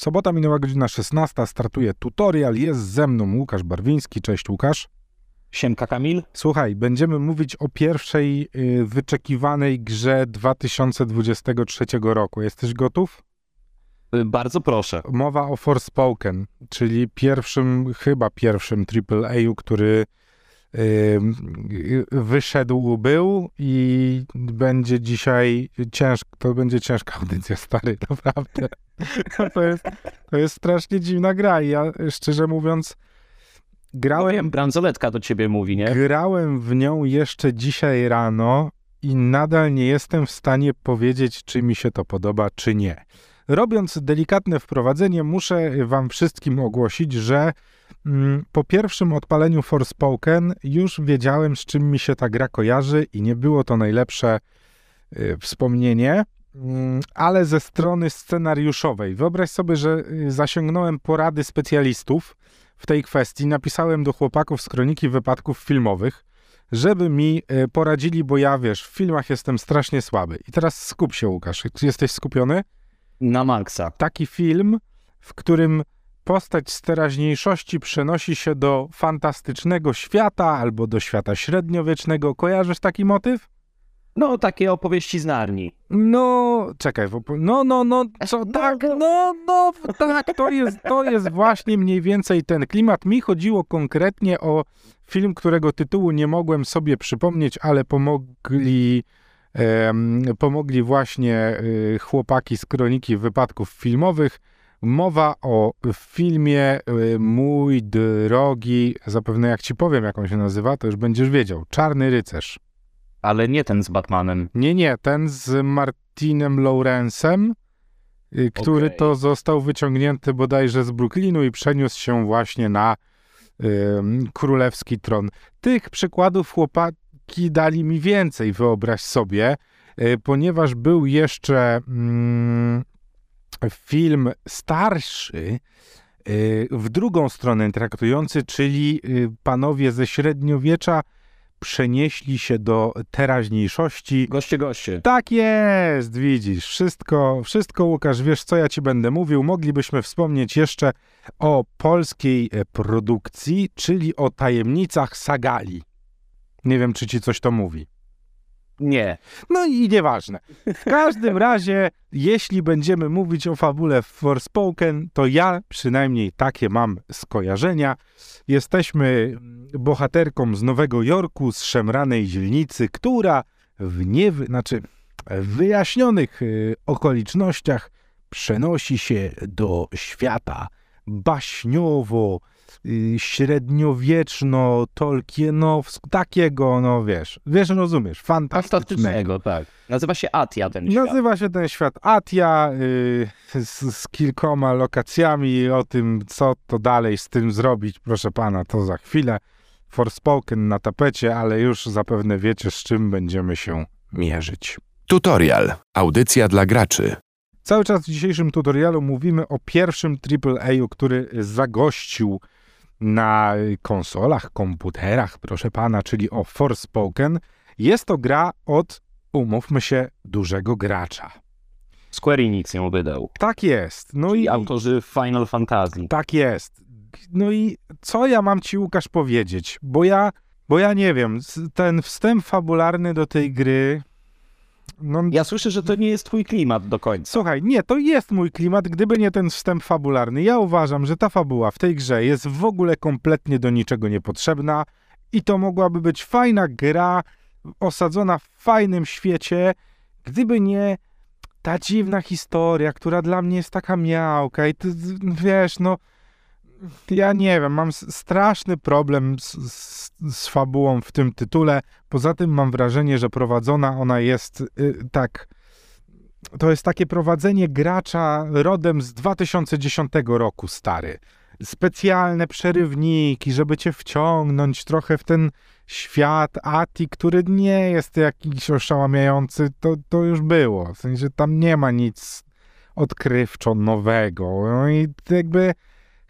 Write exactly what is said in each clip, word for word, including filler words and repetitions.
Sobota minęła godzina szesnasta, startuje tutorial, jest ze mną Łukasz Barwiński. Cześć Łukasz. Siemka Kamil. Słuchaj, będziemy mówić o pierwszej y, wyczekiwanej grze dwa tysiące dwudziestego trzeciego roku. Jesteś gotów? Y, bardzo proszę. Mowa o Forspoken, czyli pierwszym, chyba pierwszym triple A, który y, y, wyszedł, był i będzie dzisiaj ciężko, to będzie ciężka audycja, stary, naprawdę. To jest, to jest strasznie dziwna gra i ja, szczerze mówiąc, grałem... No wiem, bransoletka do ciebie mówi, nie? Grałem w nią jeszcze dzisiaj rano i nadal nie jestem w stanie powiedzieć, czy mi się to podoba, czy nie. Robiąc delikatne wprowadzenie, muszę wam wszystkim ogłosić, że mm, po pierwszym odpaleniu Forspoken już wiedziałem, z czym mi się ta gra kojarzy i nie było to najlepsze y, wspomnienie, y, ale ze strony scenariuszowej. Wyobraź sobie, że y, zasięgnąłem porady specjalistów w tej kwestii. Napisałem do chłopaków z Kroniki Wypadków Filmowych, żeby mi y, poradzili, bo ja, wiesz, w filmach jestem strasznie słaby. I teraz skup się, Łukasz. Jesteś skupiony? Na maksa. Taki film, w którym postać z teraźniejszości przenosi się do fantastycznego świata albo do świata średniowiecznego. Kojarzysz taki motyw? No, takie opowieści z Narni. No, czekaj, no, no, no, co, tak, no, no, tak, to jest, to jest właśnie mniej więcej ten klimat. Mi chodziło konkretnie o film, którego tytułu nie mogłem sobie przypomnieć, ale pomogli, em, pomogli właśnie y, chłopaki z Kroniki Wypadków Filmowych. Mowa o filmie y, Mój drogi, zapewne jak ci powiem, jak on się nazywa, to już będziesz wiedział, Czarny Rycerz. Ale nie ten z Batmanem. Nie, nie, ten z Martinem Lawrence'em, y, który Okay. to został wyciągnięty bodajże z Brooklynu i przeniósł się właśnie na y, królewski tron. Tych przykładów chłopaki dali mi więcej, wyobraź sobie, y, ponieważ był jeszcze mm, film starszy, y, w drugą stronę traktujący, czyli y, panowie ze średniowiecza przenieśli się do teraźniejszości. Goście, goście. Tak jest, widzisz, wszystko, wszystko Łukasz, wiesz co ja ci będę mówił. Moglibyśmy wspomnieć jeszcze o polskiej produkcji, czyli o Tajemnicach Sagali. Nie wiem, czy ci coś to mówi. Nie. No i nieważne. W każdym razie, jeśli będziemy mówić o fabule Forspoken, to ja przynajmniej takie mam skojarzenia. Jesteśmy bohaterką z Nowego Jorku, z szemranej dzielnicy, która w nie, znaczy w wyjaśnionych y, okolicznościach przenosi się do świata baśniowo, y, średniowieczno, Tolkienowskiego, takiego, no wiesz, wiesz, rozumiesz, fantastycznego. Fantastycznego, tak. Nazywa się Atia ten świat. Nazywa się ten świat Atia, y, z, z kilkoma lokacjami. O tym, co to dalej z tym zrobić, proszę pana, to za chwilę. Forspoken na tapecie, ale już zapewne wiecie, z czym będziemy się mierzyć. Tutorial. Audycja dla graczy. Cały czas w dzisiejszym tutorialu mówimy o pierwszym triple A, który zagościł na konsolach, komputerach, proszę pana, czyli o Forspoken. Jest to gra od, umówmy się, dużego gracza. Square Enix ją wydał. Tak jest. No I i autorzy Final Fantasy. tak jest. No i co ja mam ci, Łukasz, powiedzieć? Bo ja, bo ja nie wiem, ten wstęp fabularny do tej gry... No, Ja słyszę, że to nie jest twój klimat do końca. słuchaj, nie, to jest mój klimat, gdyby nie ten wstęp fabularny. Ja uważam, że ta fabuła w tej grze jest w ogóle kompletnie do niczego niepotrzebna i to mogłaby być fajna gra osadzona w fajnym świecie, gdyby nie ta dziwna historia, która dla mnie jest taka miałka i ty, wiesz, no ja nie wiem, mam s- straszny problem z, z, z fabułą w tym tytule. Poza tym mam wrażenie, że prowadzona ona jest y, tak... To jest takie prowadzenie gracza rodem z dwa tysiące dziesiątego roku, stary. Specjalne przerywniki, żeby cię wciągnąć trochę w ten świat Ati, który nie jest jakiś oszałamiający, to, to już było. W sensie tam nie ma nic odkrywczo nowego. No i jakby...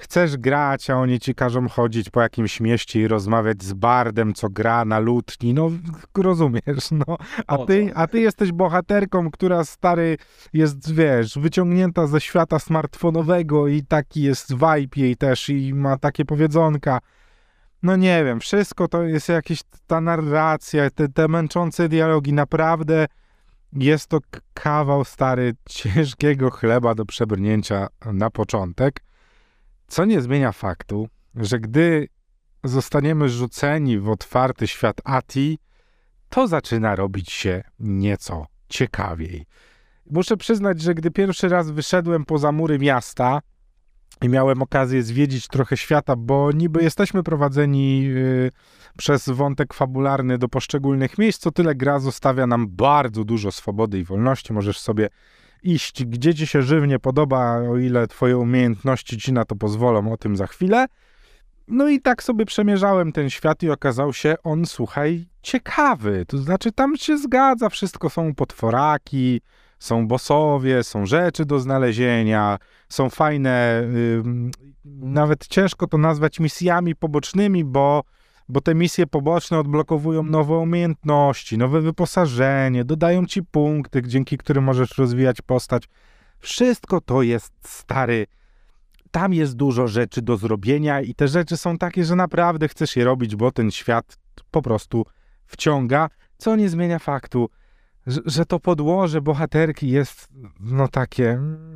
chcesz grać, a oni ci każą chodzić po jakimś mieście i rozmawiać z bardem, co gra na lutni, no rozumiesz, no. A ty, a ty jesteś bohaterką, która, stary, jest, wiesz, wyciągnięta ze świata smartfonowego i taki jest vibe jej też i ma takie powiedzonka. No nie wiem, wszystko to jest jakieś, ta narracja, te, te męczące dialogi, naprawdę jest to kawał, stary, ciężkiego chleba do przebrnięcia na początek, co nie zmienia faktu, że gdy zostaniemy rzuceni w otwarty świat A T I, to zaczyna robić się nieco ciekawiej. Muszę przyznać, że gdy pierwszy raz wyszedłem poza mury miasta i miałem okazję zwiedzić trochę świata, bo niby jesteśmy prowadzeni yy, przez wątek fabularny do poszczególnych miejsc, co tyle gra zostawia nam bardzo dużo swobody i wolności. Możesz sobie iść, gdzie ci się żywnie podoba, o ile twoje umiejętności ci na to pozwolą, o tym za chwilę. No i tak sobie przemierzałem ten świat i okazał się on, słuchaj, ciekawy. To znaczy tam się zgadza, wszystko są potworaki, są bossowie, są rzeczy do znalezienia, są fajne, yy, nawet ciężko to nazwać misjami pobocznymi, bo, bo te misje poboczne odblokowują nowe umiejętności, nowe wyposażenie, dodają ci punkty, dzięki którym możesz rozwijać postać. Wszystko to jest, stary, tam jest dużo rzeczy do zrobienia i te rzeczy są takie, że naprawdę chcesz je robić, bo ten świat po prostu wciąga, co nie zmienia faktu, że, że to podłoże bohaterki jest, no takie,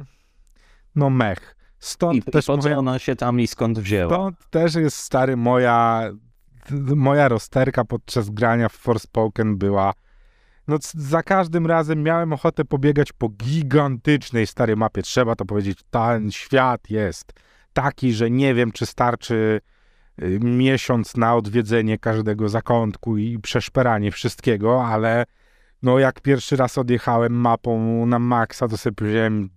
no mech. Stąd I, też i po co moja, ona się tam i skąd wzięła? stąd też jest, stary, moja, moja rozterka podczas grania w Forspoken była, no za każdym razem miałem ochotę pobiegać po gigantycznej, starej mapie. Trzeba to powiedzieć, ten świat jest taki, że nie wiem, czy starczy y, miesiąc na odwiedzenie każdego zakątku i przeszperanie wszystkiego, ale no jak pierwszy raz odjechałem mapą na maksa, to sobie powiedziałem,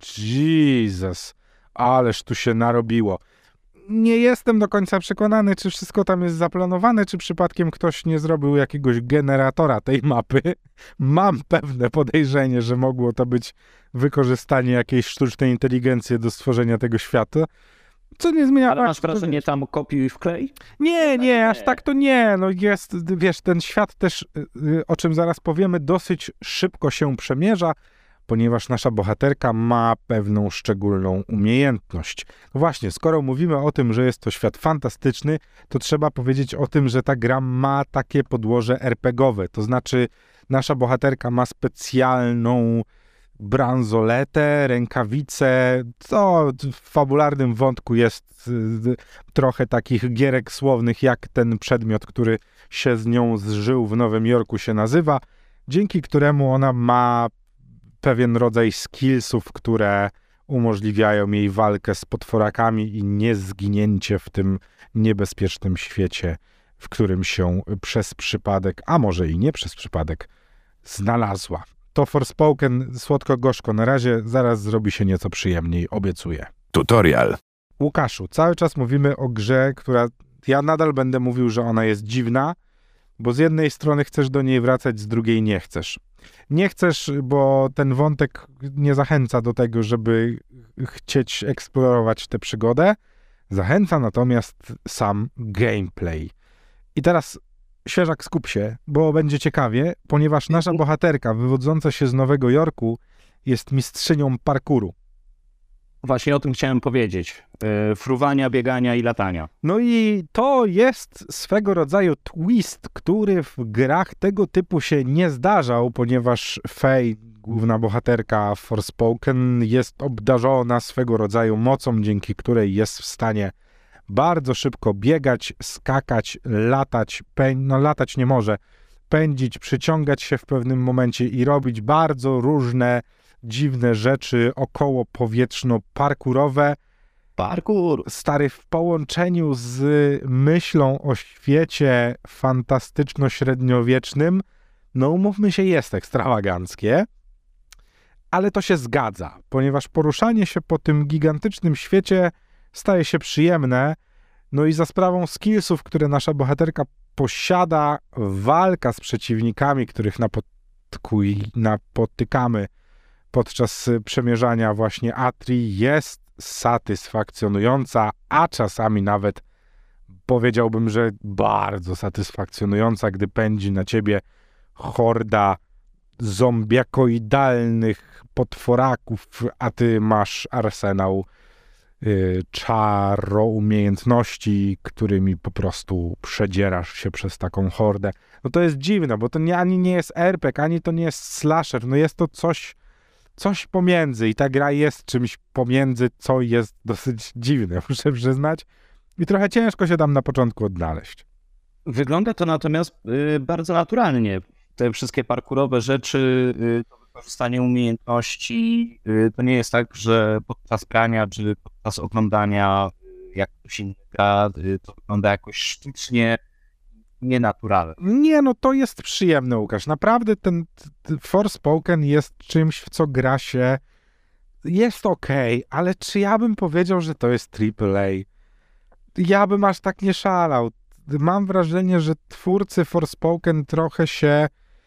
Jesus, ależ tu się narobiło. Nie jestem do końca przekonany, czy wszystko tam jest zaplanowane, czy przypadkiem ktoś nie zrobił jakiegoś generatora tej mapy. Mam pewne podejrzenie, że mogło to być wykorzystanie jakiejś sztucznej inteligencji do stworzenia tego świata, co nie zmienia... Ale masz wrażenie tam kopiuj i wklej? Nie, nie, aż tak to nie. No jest, wiesz, ten świat też, o czym zaraz powiemy, dosyć szybko się przemierza, ponieważ nasza bohaterka ma pewną szczególną umiejętność. No właśnie, skoro mówimy o tym, że jest to świat fantastyczny, to trzeba powiedzieć o tym, że ta gra ma takie podłoże er pe gie owe. To znaczy, nasza bohaterka ma specjalną bransoletę, rękawice, to w fabularnym wątku jest trochę takich gierek słownych, jak ten przedmiot, który się z nią zżył w Nowym Jorku się nazywa, dzięki któremu ona ma pewien rodzaj skillsów, które umożliwiają jej walkę z potworakami i niezginięcie w tym niebezpiecznym świecie, w którym się przez przypadek, a może i nie przez przypadek, znalazła. To Forspoken słodko-gorzko na razie, zaraz zrobi się nieco przyjemniej, obiecuję. Tutorial. Łukaszu, cały czas mówimy o grze, która, ja nadal będę mówił, że ona jest dziwna, bo z jednej strony chcesz do niej wracać, z drugiej nie chcesz. Nie chcesz, bo ten wątek nie zachęca do tego, żeby chcieć eksplorować tę przygodę. Zachęca natomiast sam gameplay. I teraz świeżak, skup się, bo będzie ciekawie, ponieważ nasza bohaterka wywodząca się z Nowego Jorku jest mistrzynią parkouru. Właśnie o tym chciałem powiedzieć. Yy, fruwania, biegania i latania. No i to jest swego rodzaju twist, który w grach tego typu się nie zdarzał, ponieważ Faye, główna bohaterka Forspoken, jest obdarzona swego rodzaju mocą, dzięki której jest w stanie bardzo szybko biegać, skakać, latać, pę- no latać nie może, pędzić, przyciągać się w pewnym momencie i robić bardzo różne dziwne rzeczy około powietrzno-parkurowe. Parkour! Stary, w połączeniu z myślą o świecie fantastyczno-średniowiecznym, no umówmy się, jest ekstrawaganckie, ale to się zgadza, ponieważ poruszanie się po tym gigantycznym świecie staje się przyjemne, no i za sprawą skillsów, które nasza bohaterka posiada, walka z przeciwnikami, których napotkuj, napotykamy podczas przemierzania właśnie Atri, jest satysfakcjonująca, a czasami nawet powiedziałbym, że bardzo satysfakcjonująca, gdy pędzi na ciebie horda zombiakoidalnych potworaków, a ty masz arsenał y, czaro-umiejętności, którymi po prostu przedzierasz się przez taką hordę. No to jest dziwne, bo to nie, ani nie jest er pe gie, ani to nie jest slasher, no jest to coś, coś pomiędzy i ta gra jest czymś pomiędzy, co jest dosyć dziwne, muszę przyznać. I trochę ciężko się tam na początku odnaleźć. Wygląda to natomiast y, bardzo naturalnie. Te wszystkie parkurowe rzeczy, y, to wykorzystanie umiejętności, y, to nie jest tak, że podczas grania czy podczas oglądania y, jak ktoś inny gra, y, to wygląda jakoś sztucznie, nienaturalnie. Nie, no to jest przyjemne, Łukasz. Naprawdę ten Forspoken jest czymś, w co gra się, jest okej, okay, ale czy ja bym powiedział, że to jest triple A? Ja bym aż tak nie szalał. Mam wrażenie, że twórcy Forspoken trochę się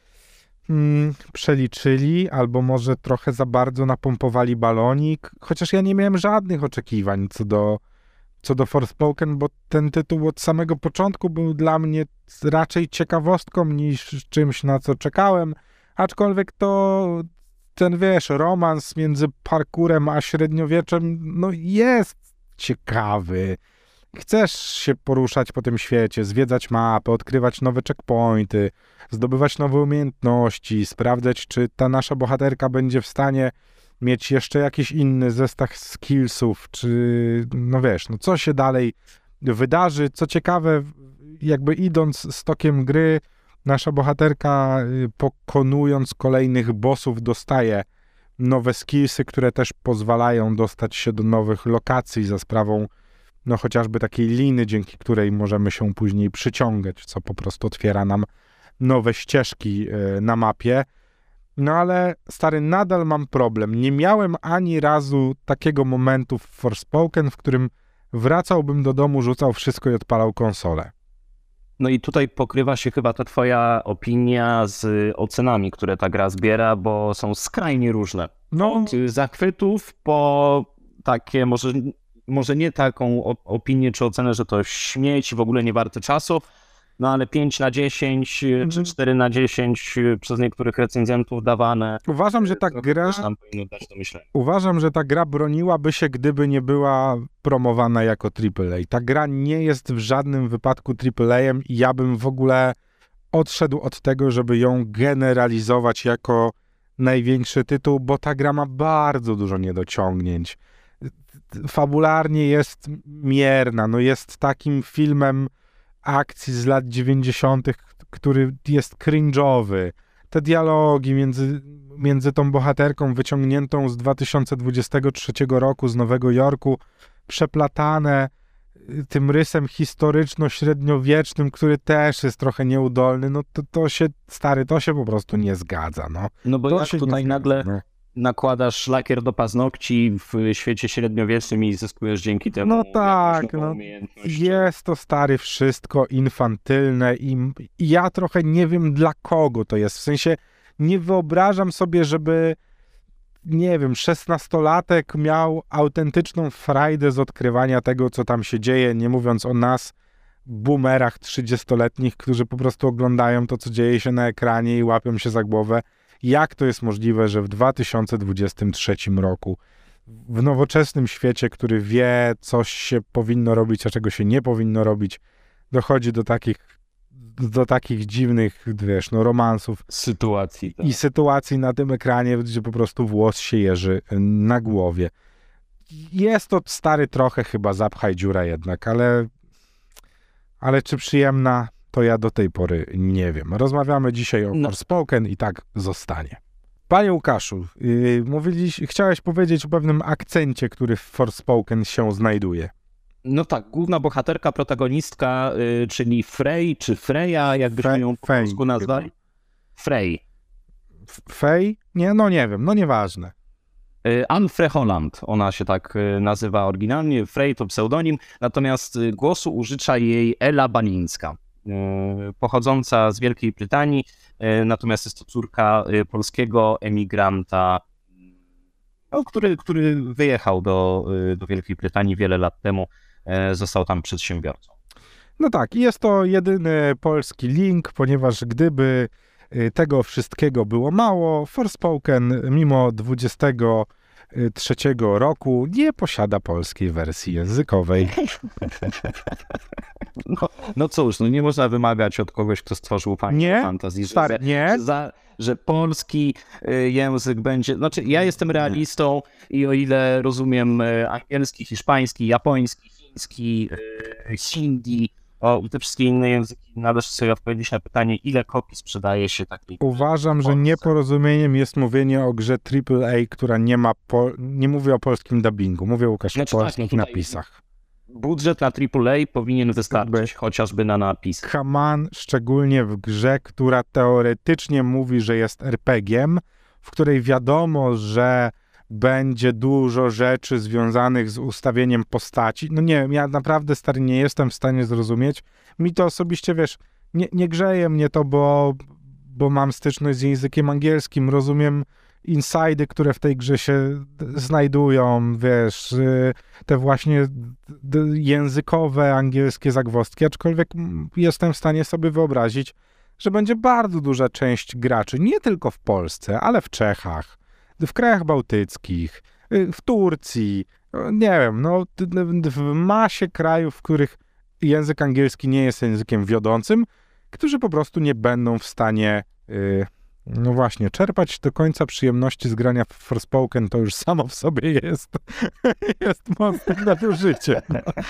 mm, przeliczyli, albo może trochę za bardzo napompowali balonik, chociaż ja nie miałem żadnych oczekiwań co do, co do Forspoken, bo ten tytuł od samego początku był dla mnie raczej ciekawostką niż czymś, na co czekałem, aczkolwiek to ten, wiesz, romans między parkurem a średniowieczem, no jest ciekawy. Chcesz się poruszać po tym świecie, zwiedzać mapy, odkrywać nowe checkpointy, zdobywać nowe umiejętności, sprawdzać, czy ta nasza bohaterka będzie w stanie mieć jeszcze jakiś inny zestaw skillsów, czy, no wiesz, no co się dalej wydarzy. Co ciekawe, jakby idąc z tokiem gry, nasza bohaterka, pokonując kolejnych bossów, dostaje nowe skillsy, które też pozwalają dostać się do nowych lokacji za sprawą no chociażby takiej liny, dzięki której możemy się później przyciągać, co po prostu otwiera nam nowe ścieżki na mapie. No ale stary, nadal mam problem. Nie miałem ani razu takiego momentu w Forspoken, w którym wracałbym do domu, rzucał wszystko i odpalał konsolę. No i tutaj pokrywa się chyba ta twoja opinia z ocenami, które ta gra zbiera, bo są skrajnie różne. No, Od zachwytów po takie może... może nie taką opinię czy ocenę, że to śmieć, w ogóle nie warte czasu, no ale pięć na dziesięć czy cztery na dziesięć przez niektórych recenzentów dawane. Uważam, że ta gra nam powinno dać do myślenia. Uważam, że ta gra broniłaby się, gdyby nie była promowana jako triple A. Ta gra nie jest w żadnym wypadku triple A-em i ja bym w ogóle odszedł od tego, żeby ją generalizować jako największy tytuł, bo ta gra ma bardzo dużo niedociągnięć. Fabularnie jest mierna, no jest takim filmem akcji z lat dziewięćdziesiątych, który jest cringe'owy. Te dialogi między, między tą bohaterką wyciągniętą z dwa tysiące dwudziestego trzeciego roku z Nowego Jorku, przeplatane tym rysem historyczno-średniowiecznym, który też jest trochę nieudolny, no to, to się, stary, to się po prostu nie zgadza, no. No bo to jak się tutaj nie nagle... zgadza, no. nakładasz lakier do paznokci w świecie średniowiecznym i zyskujesz dzięki temu No tak, no, jest to stary wszystko infantylne i, i ja trochę nie wiem dla kogo to jest, w sensie nie wyobrażam sobie, żeby nie wiem, szesnastolatek miał autentyczną frajdę z odkrywania tego, co tam się dzieje, nie mówiąc o nas, boomerach trzydziestoletnich, którzy po prostu oglądają to, co dzieje się na ekranie i łapią się za głowę. Jak to jest możliwe, że w dwa tysiące dwudziestym trzecim roku, w nowoczesnym świecie, który wie, coś się powinno robić, a czego się nie powinno robić, dochodzi do takich, do takich dziwnych, wiesz, no, romansów sytuacji. Tak. I sytuacji na tym ekranie, gdzie po prostu włos się jeży na głowie. Jest to stary trochę chyba zapchaj dziura jednak, ale, ale czy przyjemna, to ja do tej pory nie wiem. Rozmawiamy dzisiaj o no. Forspoken i tak zostanie. Panie Łukaszu, yy, mówiliś, chciałeś powiedzieć o pewnym akcencie, który w Forspoken się znajduje. No tak, główna bohaterka, protagonistka, yy, czyli Frey, czy Freya, jakbyśmy ją po Fej, polsku nazwali? Frey. Fej? Nie, no nie wiem, no nieważne. Yy, Anne Frey Holland, ona się tak yy, nazywa oryginalnie, Frey to pseudonim, natomiast yy, głosu użycza jej Ela Balińska, yy, pochodząca z Wielkiej Brytanii, yy, natomiast jest to córka yy, polskiego emigranta no, który, który wyjechał do, do Wielkiej Brytanii wiele lat temu, został tam przedsiębiorcą. No tak, jest to jedyny polski link, ponieważ gdyby tego wszystkiego było mało, Forspoken mimo dwudziestego trzeciego roku nie posiada polskiej wersji językowej. No, no cóż, no nie można wymagać od kogoś, kto stworzył Final Fantasy, że, stary, nie. Za, że polski język będzie... Znaczy, ja jestem realistą i o ile rozumiem angielski, hiszpański, japoński, chiński, hindi, o te wszystkie inne języki, należy sobie odpowiedzieć na pytanie, ile kopii sprzedaje się takiej... Uważam, że nieporozumieniem jest mówienie o grze triple A, która nie ma... Po... Nie mówię o polskim dubbingu, mówię, Łukasz, znaczy, o polskich tak, no napisach. Budżet na triple A powinien wystarczyć chociażby na napis. Haman, szczególnie w grze, która teoretycznie mówi, że jest er pe gie em, w której wiadomo, że będzie dużo rzeczy związanych z ustawieniem postaci. No nie wiem, ja naprawdę, stary, nie jestem w stanie zrozumieć. Mi to osobiście, wiesz, nie, nie grzeje mnie to, bo, bo mam styczność z językiem angielskim, rozumiem insajdy, które w tej grze się znajdują, wiesz, te właśnie językowe, angielskie zagwozdki, aczkolwiek jestem w stanie sobie wyobrazić, że będzie bardzo duża część graczy, nie tylko w Polsce, ale w Czechach, w krajach bałtyckich, w Turcji, nie wiem, no w masie krajów, w których język angielski nie jest językiem wiodącym, którzy po prostu nie będą w stanie yy, no właśnie, czerpać do końca przyjemności z grania w Forspoken to już samo w sobie jest, jest mocne nadużycie.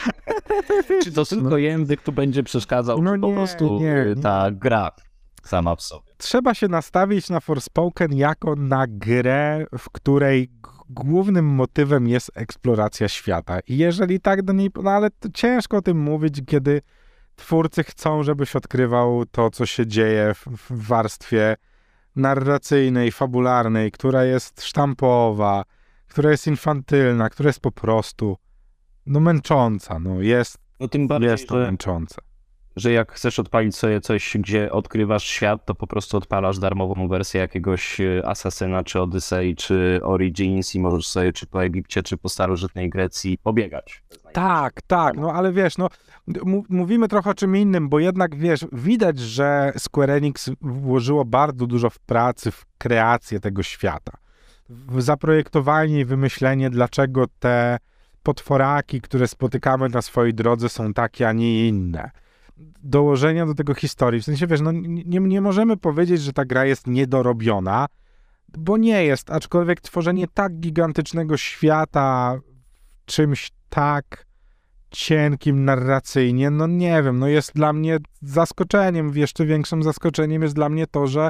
Czy to tylko język tu będzie przeszkadzał, no czy nie, po prostu nie, ta nie. gra sama w sobie? Trzeba się nastawić na Forspoken jako na grę, w której głównym motywem jest eksploracja świata. I jeżeli tak do niej... No ale to ciężko o tym mówić, kiedy twórcy chcą, żebyś odkrywał to, co się dzieje w, w warstwie narracyjnej, fabularnej, która jest sztampowa, która jest infantylna, która jest po prostu no męcząca, no jest, no tym bardziej, jest to że, męczące. Że jak chcesz odpalić sobie coś, gdzie odkrywasz świat, to po prostu odpalasz darmową wersję jakiegoś Asasyna, czy Odyssey, czy Origins i możesz sobie czy po Egipcie, czy po starożytnej Grecji pobiegać. Tak, tak, no ale wiesz, no m- mówimy trochę o czym innym, bo jednak wiesz, widać, że Square Enix włożyło bardzo dużo w pracy, w kreację tego świata. W zaprojektowanie i wymyślenie, dlaczego te potworaki, które spotykamy na swojej drodze, są takie, a nie inne. Dołożenia do tego historii. W sensie, wiesz, no nie, nie możemy powiedzieć, że ta gra jest niedorobiona, bo nie jest, aczkolwiek tworzenie tak gigantycznego świata czymś tak cienkim narracyjnie, no nie wiem, no jest dla mnie zaskoczeniem, jeszcze większym zaskoczeniem jest dla mnie to, że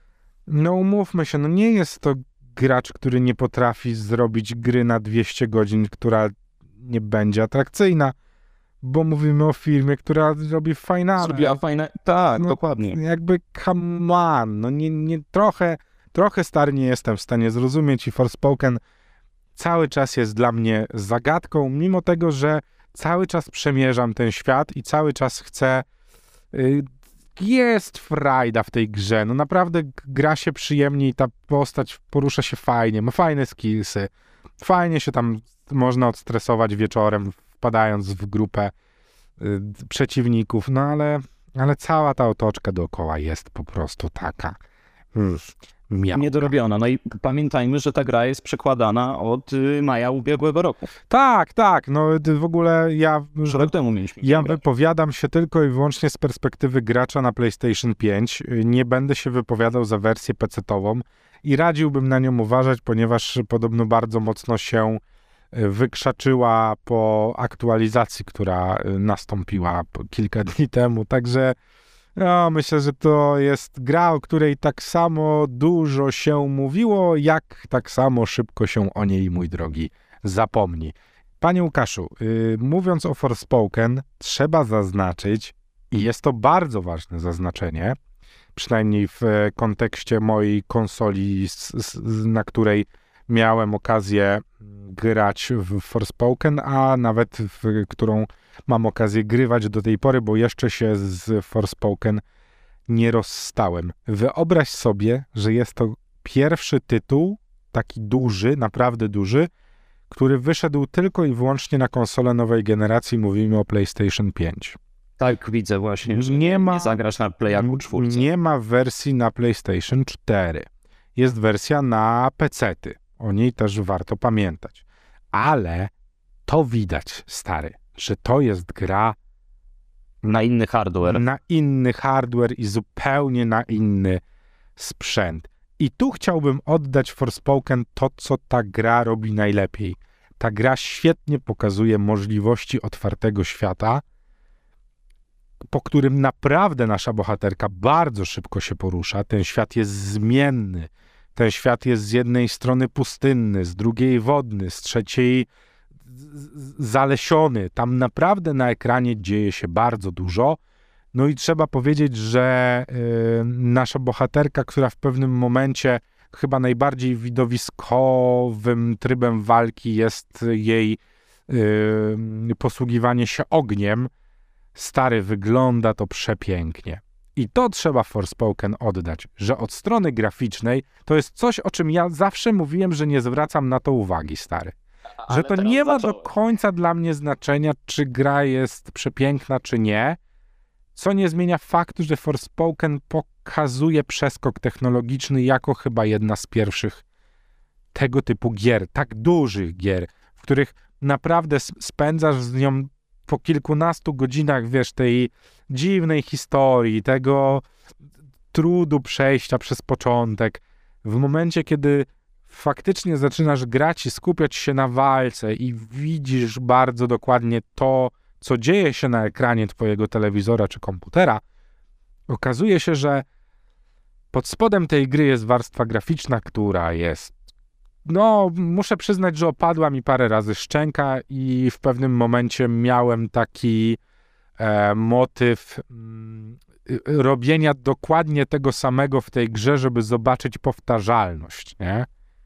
no umówmy się, no nie jest to gracz, który nie potrafi zrobić gry na dwieście godzin, która nie będzie atrakcyjna, bo mówimy o firmie, która robi fajne. Zrobiła fajne, tak, no, dokładnie. Jakby come on, no nie, nie, trochę, trochę stary nie jestem w stanie zrozumieć i Forspoken cały czas jest dla mnie zagadką, mimo tego, że cały czas przemierzam ten świat i cały czas chcę... Yy, jest frajda w tej grze, no naprawdę gra się przyjemnie i ta postać porusza się fajnie, ma fajne skillsy, fajnie się tam można odstresować wieczorem, wpadając w grupę yy, przeciwników, no ale, ale cała ta otoczka dookoła jest po prostu taka... Mm. Miałka. Niedorobiona. No i pamiętajmy, że ta gra jest przekładana od maja ubiegłego roku. Tak, tak. No w ogóle ja... Rok temu mieliśmy. Ja wypowiadam się tylko i wyłącznie z perspektywy gracza na PlayStation pięć. Nie będę się wypowiadał za wersję pecetową i radziłbym na nią uważać, ponieważ podobno bardzo mocno się wykrzaczyła po aktualizacji, która nastąpiła kilka dni temu. Także ja myślę, że to jest gra, o której tak samo dużo się mówiło, jak tak samo szybko się o niej, mój drogi, zapomni. Panie Łukaszu, yy, mówiąc o Forspoken, trzeba zaznaczyć, i jest to bardzo ważne zaznaczenie, przynajmniej w kontekście mojej konsoli, z, z, na której miałem okazję grać w Forspoken, a nawet w którą mam okazję grywać do tej pory, bo jeszcze się z Forspoken nie rozstałem. Wyobraź sobie, że jest to pierwszy tytuł, taki duży, naprawdę duży, który wyszedł tylko i wyłącznie na konsolę nowej generacji, mówimy o PlayStation pięć. Tak, widzę właśnie, że Nie nie, ma- nie zagrasz na Playaku czwórce. Nie ma wersji na PlayStation cztery. Jest wersja na pecety. O niej też warto pamiętać. Ale to widać, stary, że to jest gra Na inny hardware. na inny hardware i zupełnie na inny sprzęt. I tu chciałbym oddać Forspoken to, co ta gra robi najlepiej. Ta gra świetnie pokazuje możliwości otwartego świata, po którym naprawdę nasza bohaterka bardzo szybko się porusza. Ten świat jest zmienny. Ten świat jest z jednej strony pustynny, z drugiej wodny, z trzeciej z- zalesiony. Tam naprawdę na ekranie dzieje się bardzo dużo. No i trzeba powiedzieć, że y, nasza bohaterka, która w pewnym momencie chyba najbardziej widowiskowym trybem walki jest jej y, posługiwanie się ogniem, stary, wygląda to przepięknie. I to trzeba Forspoken oddać, że od strony graficznej to jest coś, o czym ja zawsze mówiłem, że nie zwracam na to uwagi, stary. Że to nie ma do końca dla mnie znaczenia, czy gra jest przepiękna, czy nie, co nie zmienia faktu, że Forspoken pokazuje przeskok technologiczny jako chyba jedna z pierwszych tego typu gier, tak dużych gier, w których naprawdę s- spędzasz z nią po kilkunastu godzinach, wiesz, tej dziwnej historii, tego trudu przejścia przez początek. W momencie, kiedy faktycznie zaczynasz grać i skupiać się na walce i widzisz bardzo dokładnie to, co dzieje się na ekranie twojego telewizora czy komputera, okazuje się, że pod spodem tej gry jest warstwa graficzna, która jest, no, muszę przyznać, że opadła mi parę razy szczęka i w pewnym momencie miałem taki e, motyw mm, y, robienia dokładnie tego samego w tej grze, żeby zobaczyć powtarzalność, nie?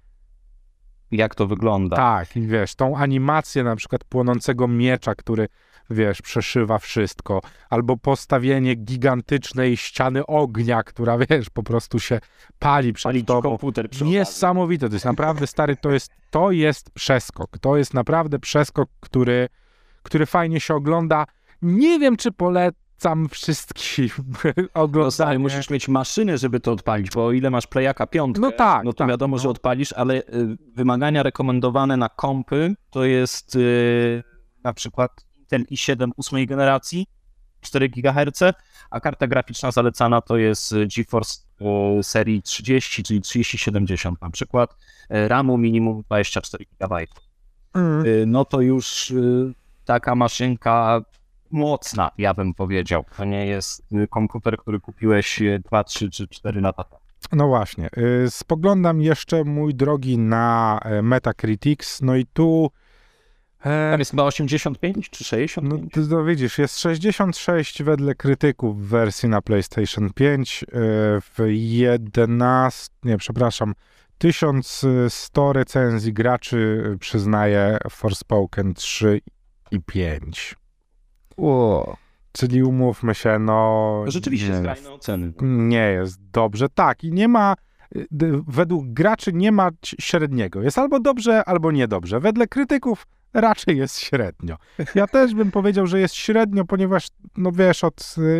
Jak to wygląda? Tak, i wiesz, tą animację na przykład płonącego miecza, który, wiesz, przeszywa wszystko, albo postawienie gigantycznej ściany ognia, która, wiesz, po prostu się pali przed Pali ci tobą. komputer przy okazji. Niesamowite, to jest naprawdę, stary, to jest, to jest przeskok, to jest naprawdę przeskok, który, który fajnie się ogląda. Nie wiem, czy polecam wszystkim No stary, oglądanie. musisz mieć maszynę, żeby to odpalić, bo o ile masz Playaka piątkę, No tak, no to tak, wiadomo, no. że odpalisz, ale y, wymagania rekomendowane na kompy to jest y, na przykład Intel i siedem ósmej generacji, cztery gigaherce, a karta graficzna zalecana to jest y, GeForce y, serii trzydzieści, czyli trzydzieści siedemdziesiąt na przykład, y, ramu minimum dwadzieścia cztery gigabajty. Mm. Y, no to już y, taka maszynka mocna, ja bym powiedział. To nie jest y, komputer, który kupiłeś dwa, trzy czy cztery lata temu. No właśnie, y, spoglądam jeszcze, mój drogi, na e, Metacritics, no i tu e, Tam jest chyba osiemdziesiąt pięć czy sześćdziesiąt no, pięć? ty to widzisz, jest sześćdziesiąt sześć wedle krytyków w wersji na PlayStation pięć, e, w jedenaście, nie, przepraszam, tysiąc sto recenzji graczy przyznaje Forspoken trzy i pięć. O, Czyli umówmy się, no... rzeczywiście nie, skrajne oceny. nie jest dobrze, tak, i nie ma, y, d- według graczy nie ma c- średniego. Jest albo dobrze, albo niedobrze. Wedle krytyków raczej jest średnio. Ja też bym powiedział, że jest średnio, ponieważ, no wiesz, od y,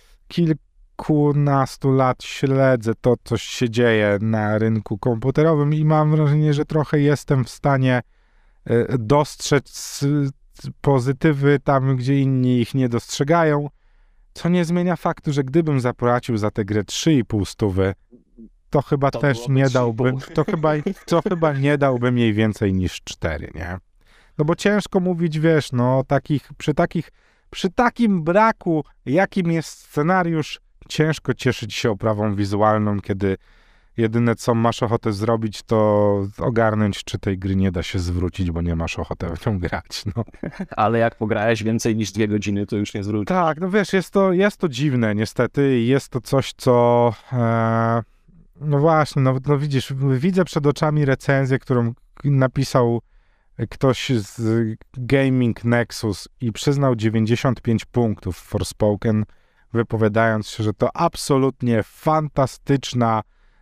kilkunastu lat śledzę to, co się dzieje na rynku komputerowym i mam wrażenie, że trochę jestem w stanie y, dostrzec y, pozytywy tam, gdzie inni ich nie dostrzegają. Co nie zmienia faktu, że gdybym zapłacił za tę grę trzy i pół stówy, to chyba To też byłoby nie trzy i dałbym, pół. to chyba, to chyba nie dałbym jej więcej niż cztery, nie? No bo ciężko mówić, wiesz, no takich, przy takich, przy takim braku, jakim jest scenariusz, ciężko cieszyć się oprawą wizualną, kiedy jedyne, co masz ochotę zrobić, to ogarnąć, czy tej gry nie da się zwrócić, bo nie masz ochoty w nią grać, no. Ale jak pograłeś więcej niż dwie godziny, to już nie zwróci. Tak, no wiesz, jest to, jest to dziwne niestety i jest to coś, co e, no właśnie, no, no widzisz, widzę przed oczami recenzję, którą napisał ktoś z Gaming Nexus i przyznał dziewięćdziesiąt pięć punktów Forspoken, wypowiadając się, że to absolutnie fantastyczna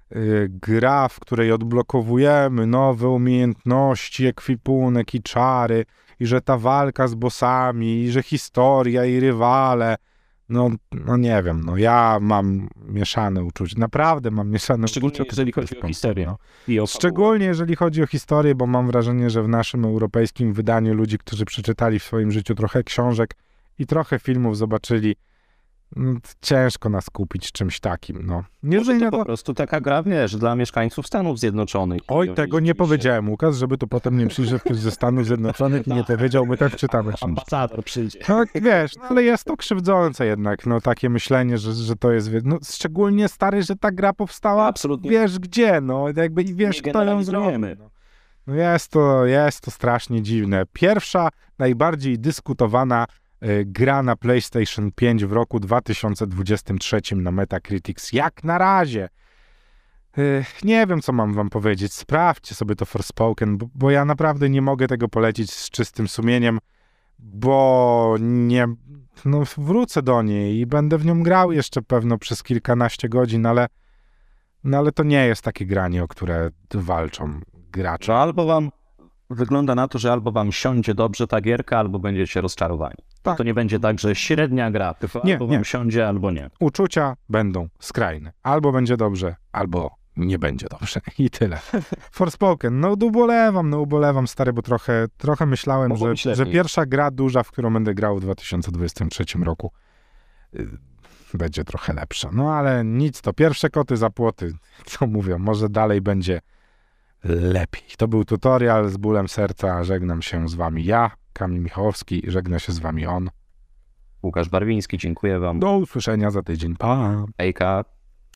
y, gra, w której odblokowujemy nowe umiejętności, ekwipunek i czary, i że ta walka z bossami, i że historia i rywale, no, no nie wiem, no ja mam mieszane uczucia, naprawdę mam mieszane Szczególnie uczucia. jeżeli chodzi o historię. No. I o Szczególnie jeżeli chodzi o historię, bo mam wrażenie, że w naszym europejskim wydaniu ludzi, którzy przeczytali w swoim życiu trochę książek i trochę filmów zobaczyli, no, ciężko nas kupić czymś takim, no. Nie Może zmienia to po to... prostu taka gra, wiesz, dla mieszkańców Stanów Zjednoczonych. Oj, I tego oni nie się- powiedziałem, Łukasz, żeby tu potem nie przyjrzeć ktoś ze Stanów Zjednoczonych i nie powiedział, my tak czytamy książki. Ambasador przyjdzie. No wiesz, no, ale jest to krzywdzące jednak, no takie myślenie, że, że to jest, wie- no szczególnie stary, że ta gra powstała, Absolutnie. wiesz gdzie, no jakby i wiesz Nie kto ją zrobił. generalizujemy. No. No jest to, jest to strasznie dziwne. Pierwsza, najbardziej dyskutowana y, gra na PlayStation pięć w roku dwa tysiące dwudziestym trzecim na Metacritics. Jak na razie. Y, nie wiem, co mam wam powiedzieć. Sprawdźcie sobie to Forspoken, bo, bo ja naprawdę nie mogę tego polecić z czystym sumieniem, bo nie... No wrócę do niej i będę w nią grał jeszcze pewno przez kilkanaście godzin, ale no ale to nie jest takie granie, o które walczą gracze. Że albo wam wygląda na to, że albo wam siądzie dobrze ta gierka, albo będziecie rozczarowani. Tak. To nie będzie tak, że średnia gra, tylko Nie, albo nie. wam siądzie, albo nie. Uczucia będą skrajne. Albo będzie dobrze, albo nie będzie dobrze. I tyle. Forspoken. No ubolewam, no ubolewam, stary, bo trochę, trochę myślałem, Mogło że, być lepiej. że pierwsza gra duża, w którą będę grał w dwa tysiące dwudziestym trzecim roku, y, będzie trochę lepsza. No ale nic, to pierwsze koty za płoty. Co mówią, może dalej będzie lepiej. To był tutorial z bólem serca. Żegnam się z wami ja, Kamil Michałowski, żegna się z wami on. Łukasz Barwiński, dziękuję wam. Do usłyszenia za tydzień. Pa! Hejka.